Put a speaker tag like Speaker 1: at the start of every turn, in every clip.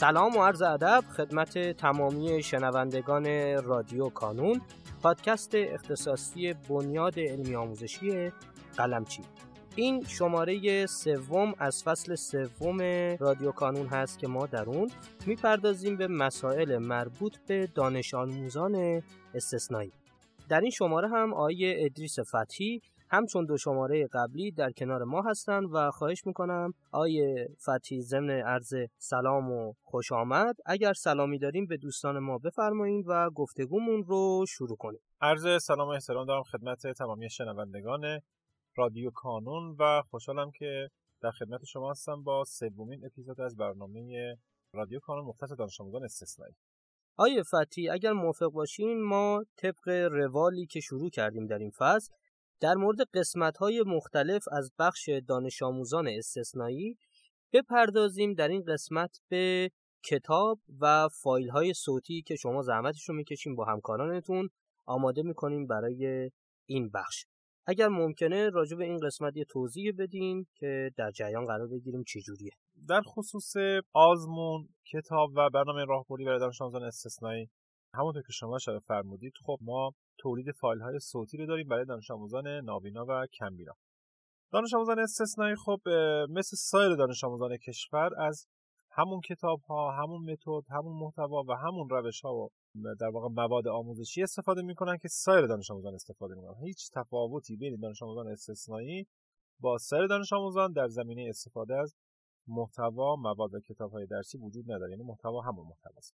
Speaker 1: سلام و عرض ادب خدمت تمامی شنوندگان رادیو کانون، پادکست اختصاصی بنیاد علمی آموزشی قلمچی. این شماره سوم از فصل سوم رادیو کانون هست که ما در اون میپردازیم به مسائل مربوط به دانش آموزان استثنایی. در این شماره هم آقای ادریس فتحی همچون دو شماره قبلی در کنار ما هستن و خواهش میکنم آقای فتحی ضمن عرض سلام و خوش آمد اگر سلامی داریم به دوستان ما بفرمایید و گفتگومون رو شروع کنیم.
Speaker 2: عرض سلام و احترام دارم خدمت تمامی شنوندگان رادیو کانون و خوشحالم که در خدمت شما هستم با سومین اپیزود از برنامه رادیو کانون مختص دانش آموزان استثنایی.
Speaker 1: آقای فتحی اگر موافق باشین ما طبق روالی که شروع کردیم در این فصل در مورد قسمت‌های مختلف از بخش دانش آموزان استثنایی بپردازیم در این قسمت به کتاب و فایل‌های صوتی که شما زحمتش رو می‌کشین با همکارانتون آماده می‌کنین برای این بخش. اگر ممکنه راجع به این قسمت یه توضیح بدین که در جریان قرار بگیریم چه جوریه.
Speaker 2: در خصوص آزمون، کتاب و برنامه راهبردی برای دانش آموزان استثنایی، همونطور که شما اشاره فرمودید، خب ما تولید فایل‌های صوتی رو داریم برای دانش آموزان نابینا و کمبینا. دانش آموزان استثنایی خب مثل سایر دانش آموزان کشور از همون کتاب‌ها، همون متد، همون محتوا و همون روش‌ها و در واقع مواد آموزشی استفاده می‌کنن که سایر دانش آموزان استفاده می‌کنن. هیچ تفاوتی بین دانش آموزان استثنایی با سایر دانش آموزان در زمینه استفاده از محتوا، مواد و کتاب‌های درسی وجود نداره. یعنی محتوا همون محتواست.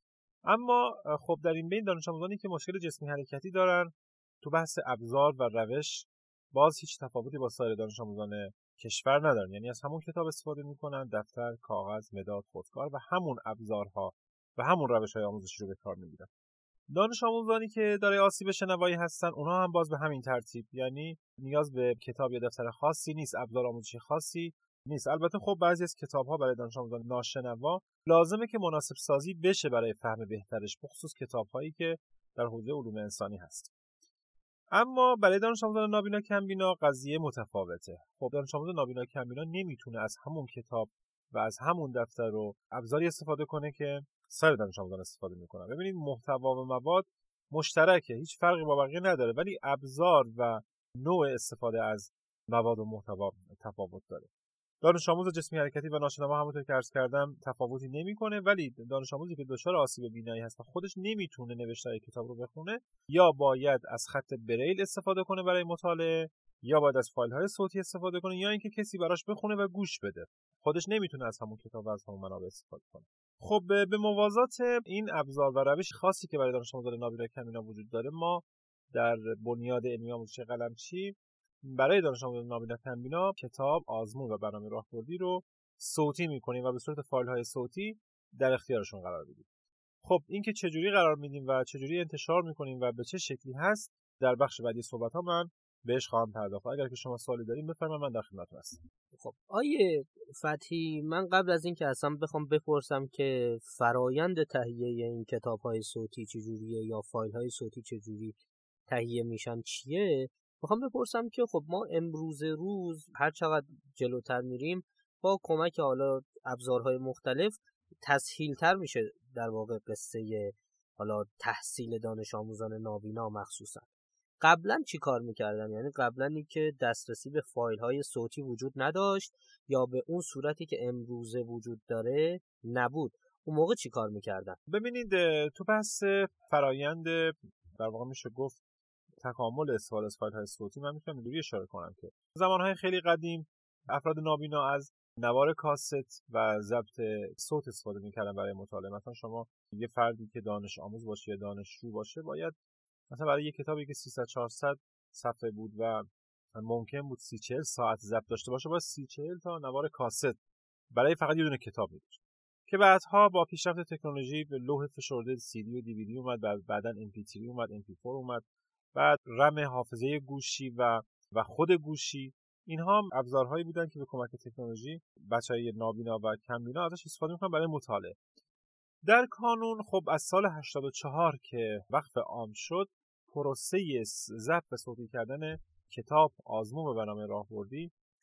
Speaker 2: اما خب در این بین دانش آموزانی که مشکل جسمی حرکتی دارن تو بحث ابزار و روش باز هیچ تفاوتی با سایر دانش آموزان کشور ندارن. یعنی از همون کتاب استفاده میکنن، دفتر، کاغذ، مداد، خودکار و همون ابزارها و همون روش‌های آموزشی رو به کار میگیرن. دانش آموزانی که دارای آسیب شنوایی هستن اونها هم باز به همین ترتیب، یعنی نیاز به کتاب یا دفتر خاصی نیست، ابزار آموزشی خاصی نیست. البته خب بعضی از کتاب‌ها برای دانش آموزان ناشنوا لازمه که مناسب سازی بشه برای فهم بهترش، بخصوص کتاب‌هایی که در حوزه علوم انسانی هست. اما برای دانش آموزان نابینا کمبینا قضیه متفاوته. خب دانش آموز نابینا کمبینا نمیتونه از همون کتاب و از همون دفتر و ابزاری استفاده کنه که سایر دانش آموزان استفاده میکنن. ببینید محتوا و مواد مشترکه، هیچ فرقی با بقیه نداره، ولی ابزار و نوع استفاده از مواد و محتوا تفاوت داره. دانش آموز جسمی حرکتی و ناشنوا همونطور که عرض کردم تفاوتی نمیکنه، ولی دانش آموزی که دچار آسیب بینایی هست و خودش نمیتونه نوشته کتاب رو بخونه، یا باید از خط بریل استفاده کنه برای مطالعه، یا باید از فایل‌های صوتی استفاده کنه، یا اینکه کسی براش بخونه و گوش بده. خودش نمیتونه از همون کتاب و از همون منابع استفاده کنه. خب به موازات این ابزار و روش خاصی که برای دانش آموزان نابینا کمبینا وجود داره، ما در بنیاد علمی آموزشی قلمچی برای دانش آموزان نابینا کمبینا کتاب، آزمون و برنامه راهبردی رو صوتی می‌کنیم و به صورت فایل‌های صوتی در اختیارشون قرار میدیم. خب این که چجوری قرار میدیم و چجوری انتشار می‌کنیم و به چه شکلی هست در بخش بعدی صحبت‌ها من بهش خواهم پرداخت. اگر که شما سوالی دارین بفرمایید، من در خدمتتون هستم.
Speaker 1: خب آیه فتحی، من قبل از این که اصلا بخوام بپرسم که فرایند تهیه این کتاب‌های صوتی چجوریه یا فایل‌های صوتی چجوری تهیه میشن چیه، میخوام بپرسم که خب ما امروز روز هر چقدر جلوتر میریم با کمک حالا ابزارهای مختلف تسهیل‌تر میشه در واقع قصه حالا تحصیل دانش آموزان نابینا مخصوصا. قبلا چی کار میکردن؟ یعنی قبلا که دسترسی به فایل‌های صوتی وجود نداشت یا به اون صورتی که امروزه وجود داره نبود، اون موقع چی کار میکردن؟
Speaker 2: ببینید تو بحث فرایند در واقع میشه گفت تکامل استفاده از فایل‌های صوتی، من میتونم اینجوری اشاره کنم که زمانهای خیلی قدیم افراد نابینا از نوار کاست و ضبط صوت استفاده میکردن برای مطالعه. مثلا شما یه فردی که دانش آموز باشه یا دانشجو باشه باید مثلا برای یه کتابی که 300-400 صفحه بود و ممکن بود 30-40 ساعت ضبط داشته باشه، باید 30-40 تا نوار کاست برای فقط یه دونه کتاب می‌داشت که بعدها با پیشرفت تکنولوژی به لوح فشرده CD و DVD اومد، بعداً MP3 اومد، MP4 اومد، بعد رم حافظه گوشی و خود گوشی. اینها هم ابزارهایی بودن که به کمک تکنولوژی بچهای نابینا و کمبینا ازش استفاده می‌کنن برای مطالعه. در کانون خب از سال 84 که وقف عام شد، پروسه ضبط و صوتی کردن کتاب، آزمون و برنامه راهبردی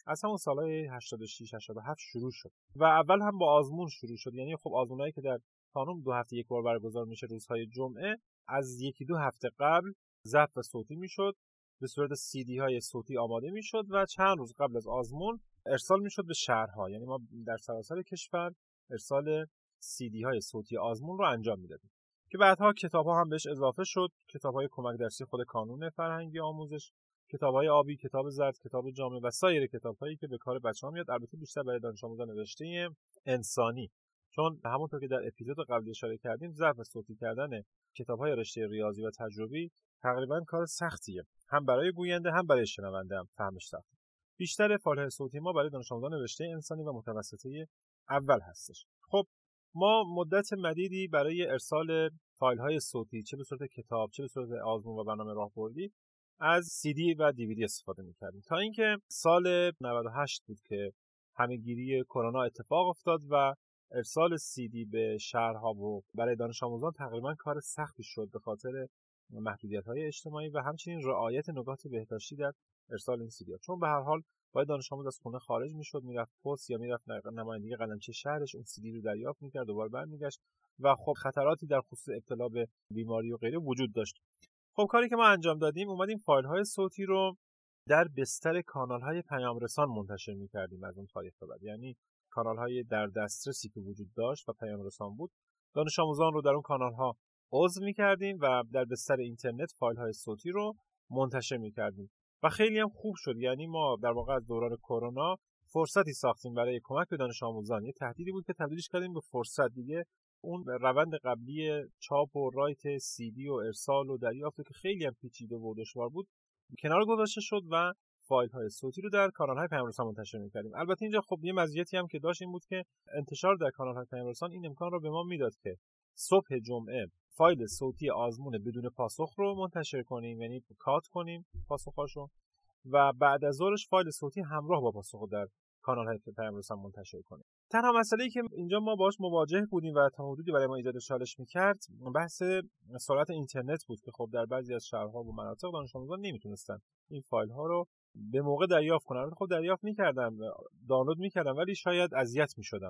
Speaker 2: از همون سالهای 86 87 شروع شد و اول هم با آزمون شروع شد. یعنی خب آزمونایی که در کانون 2 هفته یک بار برگزار میشه روزهای جمعه، از 1-2 هفته قبل ضبط صوتی میشد، به صورت CD های صوتی آماده میشد و چند روز قبل از آزمون ارسال میشد به شهرها. یعنی ما در سراسر کشور ارسال CD های صوتی آزمون رو انجام میدادیم که بعدها کتاب‌ها هم بهش اضافه شد. کتاب‌های کمک درسی خود کانون فرهنگی آموزش، کتاب‌های آبی، کتاب زرد، کتاب جامع و سایر کتاب‌هایی که به کار بچه‌ها میاد، البته بیشتر برای دانش آموزان رشته انسانی، چون همونطور که در اپیزود قبلی اشاره کردیم ضبط صوتی کردن کتاب‌های رشته ریاضی و تجربی تقریبا کار سختیه، هم برای گوینده هم برای شنونده هم فهمش سخت. بیشتر فایل‌های صوتی ما برای دانش آموزان رشته انسانی و متوسطه اول هستش. خب ما مدت مدیدی برای ارسال فایل‌های صوتی چه به صورت کتاب چه به صورت آزمون و برنامه راهبردی از CD و DVD استفاده می‌کردیم تا اینکه سال 98 بود که همه‌گیری کرونا اتفاق افتاد و ارسال CD به شهرها و برای دانش آموزان تقریبا کار سختی شد به خاطر محدودیت‌های اجتماعی و همچنین رعایت نکات بهداشتی در ارسال این CD ها. چون به هر حال باید دانش آموز از خونه خارج میشد، میرفت پست یا میرفت نمایندگی قلمچه شهرش اون CD رو دریافت میکرد، دوباره برمیگشت و خب خطراتی در خصوص ابتلا به بیماری و غیره وجود داشت. خب کاری که ما انجام دادیم، اومدیم فایل‌های صوتی رو در بستر کانال‌های پیام رسان منتشر می‌کردیم از اون تاریخ به بعد. یعنی کانال‌های در دسترسی که وجود داشت و پیام رسان بود، دانش آموزان رو در اون کانال‌ها عضو می‌کردیم و در بستر اینترنت فایل‌های صوتی رو منتشر می‌کردیم و خیلی هم خوب شد. یعنی ما در واقع از دوران کرونا فرصتی ساختیم برای کمک به دانش آموزان. یه تهدیدی بود که تبدیلش کردیم به فرصت. دیگه اون روند قبلی چاپ و رایت CD و ارسال و دریافت که خیلی هم پیچیده و دشوار بود کنار گذاشته شد و فایل‌های صوتی رو در کانال‌های پیام رسان منتشر می‌کردیم. البته اینجا خب یه مزیتی هم که داشت این بود که انتشار در کانال‌های پیام رسان این امکان رو به ما میداد که صبح جمعه فایل صوتی آزمون بدون پاسخ رو منتشر کنیم، یعنی کات کنیم پاسخاشو، و بعد از ظهرش فایل صوتی همراه با پاسخ در کانال‌های پیام رسان منتشر کنیم. تنها مسئله‌ای که اینجا ما باهاش مواجه بودیم و تا حدودی برای ما ایجاد چالش می‌کرد بحث سرعت اینترنت بود که خب در بعضی از شهرها و مناطق دانش آموزان نمیتونستن این فایل‌ها رو به موقع دریافت کنن. خب دریافت می‌کردن، دانلود می‌کردن، ولی شاید اذیت می‌شدن.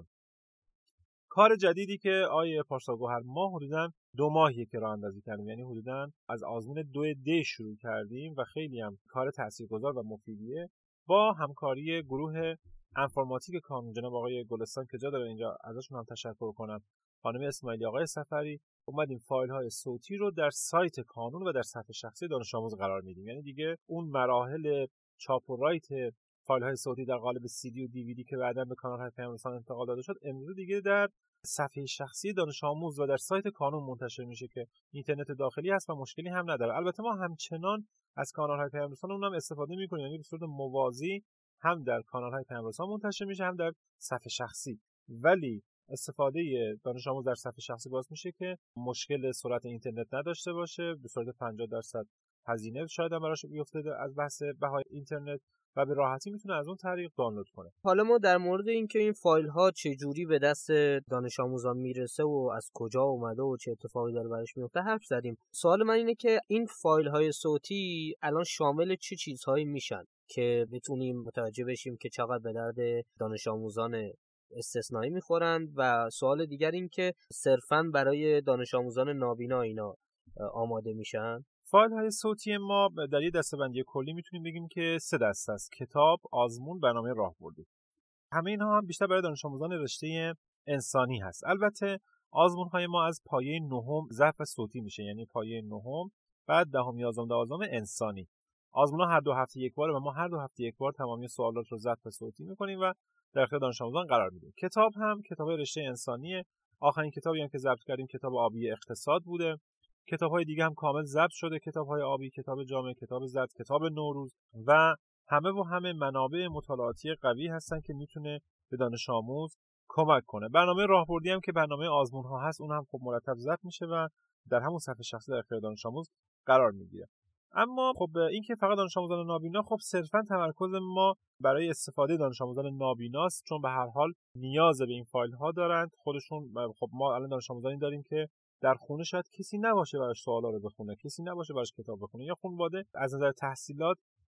Speaker 2: کار جدیدی که آیه پارساگوهر ما حدوداً 2 ماهیه که راه اندازی کردیم، یعنی حدوداً از آزمون 2D شروع کردیم و خیلی هم کار تاثیرگذار و مفیدیه. با همکاری گروه انفرماتیک کانون جناب آقای گلستان که جا داره اینجا ازشون هم تشکر کنم، خانم اسماعیلی، آقای سفری، اومدیم فایل‌های صوتی رو در سایت کانون و در صفحه شخصی دانش آموز قرار میدیم. یعنی دیگه اون مراحل چاپ و رایت فایل‌های صوتی در قالب CD و DVD که بعداً به کانال‌های پیام رسان انتقال داده شد، امروز دیگه در صفحه شخصی دانش آموز و در سایت کانون منتشر میشه که اینترنت داخلی هست و مشکلی هم نداره. البته ما همچنان از کانال‌های پیام رسان اونم استفاده می‌کنیم، یعنی به صورت موازی هم در کانال‌های پیام رسان منتشر میشه هم در صفحه شخصی، ولی استفاده دانش آموز در صفحه شخصی باعث میشه که مشکل سرعت اینترنت نداشته باشه، به صورت 50% هزینه شاید هم براش بیفته از بحث بهای اینترنت و به راحتی میتونه از اون طریق دانلود کنه.
Speaker 1: حالا ما در مورد اینکه این فایل ها چه جوری به دست دانش آموزان میرسه و از کجا اومده و چه اتفاقی داره براش میفته حرف زدیم. سوال من اینه که این فایل های صوتی الان شامل چه چیزهایی میشن که بتونیم متوجه بشیم که چقدر به درد دانش آموزان استثنایی میخورند، و سوال دیگر این که صرفاً برای دانش آموزان نابینا اینا آماده میشن؟
Speaker 2: فایل‌های صوتی ما در یه دسته‌بندی کلی میتونیم بگیم که 3 دسته است: کتاب، آزمون، برنامه راهبردی. همه اینها هم بیشتر برای دانش آموزان رشته انسانی هست. البته آزمون‌های ما از پایه 9 ضبط صوتی میشه، یعنی پایه 9 بعد 10 11 انسانی. آزمون‌ها هر 2 هفته یک باره و ما هر 2 هفته یک بار تمامی سوالات رو ضبط صوتی می‌کنیم و در اختیار دانش آموزان قرار میدیم. کتاب هم کتاب رشته انسانیه. آخرین کتابی هم که ضبط کردیم کتاب آبی اقتصاد بوده. کتاب‌های دیگه هم کامل ضبط شده: کتاب‌های آبی، کتاب جامع، کتاب زرد، کتاب نوروز، و همه منابع مطالعاتی قوی هستن که میتونه به دانش آموز کمک کنه. برنامه راهبردی هم که برنامه آزمون‌ها هست، اون هم خب مرتب ضبط میشه و در همون صفحه شخصی در اختیار دانش آموز قرار میگیره. اما خب این که فقط دانش آموزان نابینا، خب صرفا تمرکز ما برای استفاده دانش آموزان نابیناست، چون به هر حال نیاز به این فایل ها دارند خودشون. خب ما الان دانش آموزانی داریم که در خونه شاید کسی نباشه براش سوالا رو بخونه، کسی نباشه براش کتاب بخونه، یا خانواده از نظر تحصیلات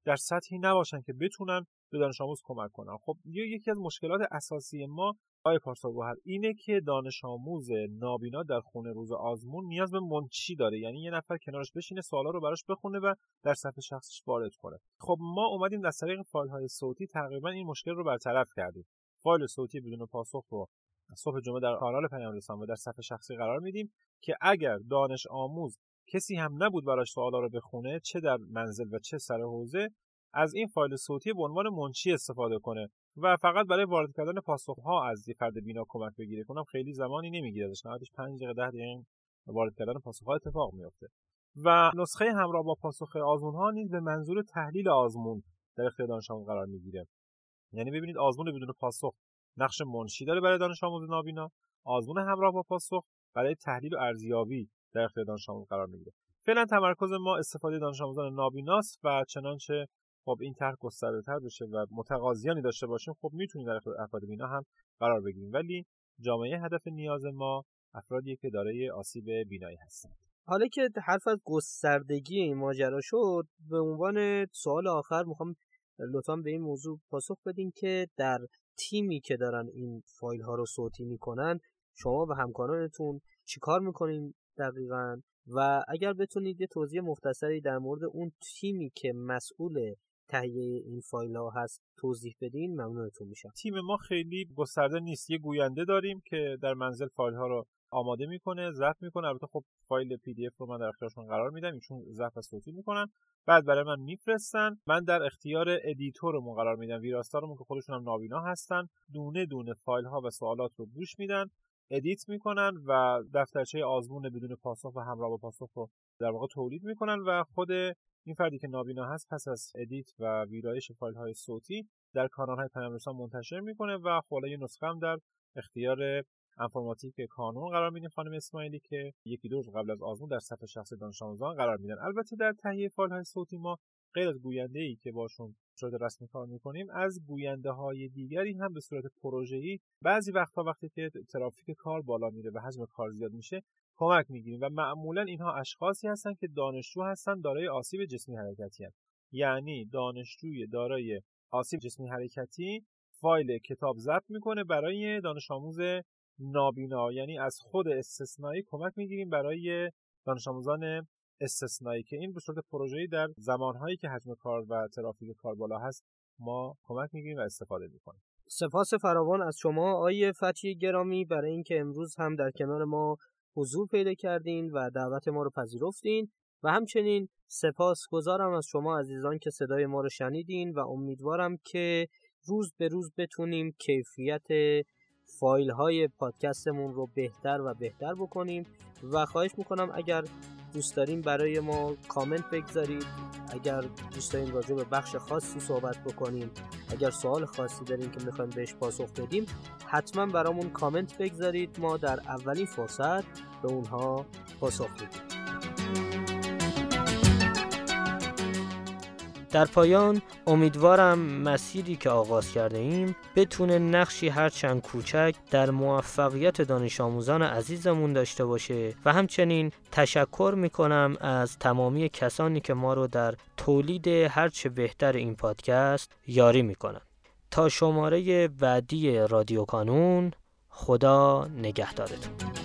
Speaker 2: در سطحی نباشن که بتونن به دانش آموز کمک کنن. خب یکی از مشکلات اساسی ما آقای پارساگوهر اینه که دانش آموز نابینا در خونه روز آزمون نیاز به منشی داره، یعنی یه نفر کنارش بشینه سوالا رو براش بخونه و در صفحه شخصیش وارد کنه. خب ما اومدیم از طریق فایل‌های صوتی تقریبا این مشکل رو برطرف کردیم. فایل صوتی بدون پاسخ رو صبح جمعه در کانال پیام رسان و در صفحه شخصی قرار میدیم که اگر دانش آموز کسی هم نبود براش سوالا رو بخونه، چه در منزل و چه سر حوزه، از این فایل صوتی به عنوان منشی استفاده کنه و فقط برای وارد کردن پاسخ‌ها از یه فرد بینا کمک بگیره. کنم خیلی زمانی نمیگیره، نهایتش 5 دقیقه 10 دقیقه وارد کردن پاسخ‌ها اتفاق میفته. و نسخه همراه با پاسخ آزمون‌ها نیز به منظور تحلیل آزمون در اختیار دانش آموز قرار میگیره. یعنی ببینید آزمون بدون پاسخ نقش منشی داره برای دانش آموز نابینا، آزمون همراه با پاسخ برای تحلیل و ارزیابی در اختیار دانش آموز قرار میگیره. فعلا تمرکز ما استفاده دانش آموزان نابیناست و چنانچه خب این طرح گسترده‌تر بشه و متقاضیانی داشته باشیم، خب میتونیم در اختیار افراد بینا هم قرار بگیریم، ولی جامعه هدف نیاز ما افرادی که دارای آسیب بینایی هستند.
Speaker 1: حالا که حرف از گستردگی این ماجرا شد، به عنوان سوال آخر میخوام لطفاً به این موضوع پاسخ بدین که در تیمی که دارن این فایل ها رو صوتی میکنن شما و همکارانتون چیکار میکنین دقیقاً؟ و اگر بتونید یه توضیح مختصری در مورد اون تیمی که مسئول تهیه این فایل ها هست توضیح بدین ممنونتون میشم.
Speaker 2: تیم ما خیلی گسترده نیست. یه گوینده داریم که در منزل فایل ها رو آماده میکنه، ضبط میکنه. البته خب فایل PDF رو من در اختیارشون قرار میدم، ایشون ضبط و صوتی میکنن، بعد برای من میفرستن. من در اختیار ادیتورمون قرار میدم، ویراستارمون که خودشون هم نابینا هستن، دونه دونه فایل ها و سوالات رو گوش میدن، ادیت میکنن و دفترچه آزمون بدون پاسخ و همراه با پاسخ رو در واقع تولید میکنن و خود این فردی که نابینا هست پس از ادیت و ویرایش فایل های صوتی در کانال های پیام رسان منتشر میکنه و خلاصه یه نسخه هم در اختیار انفرماتیک کانون قرار میدیم خانم اسماعیلی که یکی دو روز قبل از آزمون در صفحه شخصی دانش آموزان قرار میدن. البته در تهیه فایل های صوتی ما غیر از گوینده‌ای که باشون صورت رسمی کار میکنیم، از گوینده‌های دیگری هم به صورت پروژه‌ای بعضی وقتا وقتی که ترافیک کار بالا میره و حجم کار زیاد میشه کمک میگیریم و معمولا اینها اشخاصی هستن که دانشجو هستن دارای آسیب جسمی حرکتی هستن. یعنی دانشجوی دارای آسیب جسمی حرکتی فایل کتاب ضبط میکنه برای دانش آموز نابینا، یعنی از خود استثنایی کمک میگیریم برای دانش آموزان استثنایی که این به صورت پروژه‌ای در زمانهایی که حجم کار و ترافیک کار بالا هست ما کمک میگیریم و استفاده میکنیم.
Speaker 1: سپاس فراوان از شما آقای فتحی گرامی برای اینکه امروز هم در کنار ما حضور پیدا کردین و دعوت ما رو پذیرفتین و همچنین سپاسگزارم از شما عزیزان که صدای ما رو شنیدین و امیدوارم که روز به روز بتونیم کیفیت فایل های پادکستمون رو بهتر و بهتر بکنیم و خواهش میکنم اگر دوست دارین برای ما کامنت بگذارید، اگر دوست دارین راجع به بخش خاصی صحبت بکنیم، اگر سوال خاصی دارین که میخوایم بهش پاسخ بدیم حتما برامون کامنت بگذارید، ما در اولین فرصت به اونها پاسخ میدیم. در پایان امیدوارم مسیری که آغاز کرده ایم بتونه نقشی هرچند کوچک در موفقیت دانش آموزان عزیزمون داشته باشه و همچنین تشکر میکنم از تمامی کسانی که ما رو در تولید هرچه بهتر این پادکست یاری میکنن. تا شماره بعدی رادیو کانون، خدا نگهدارتون.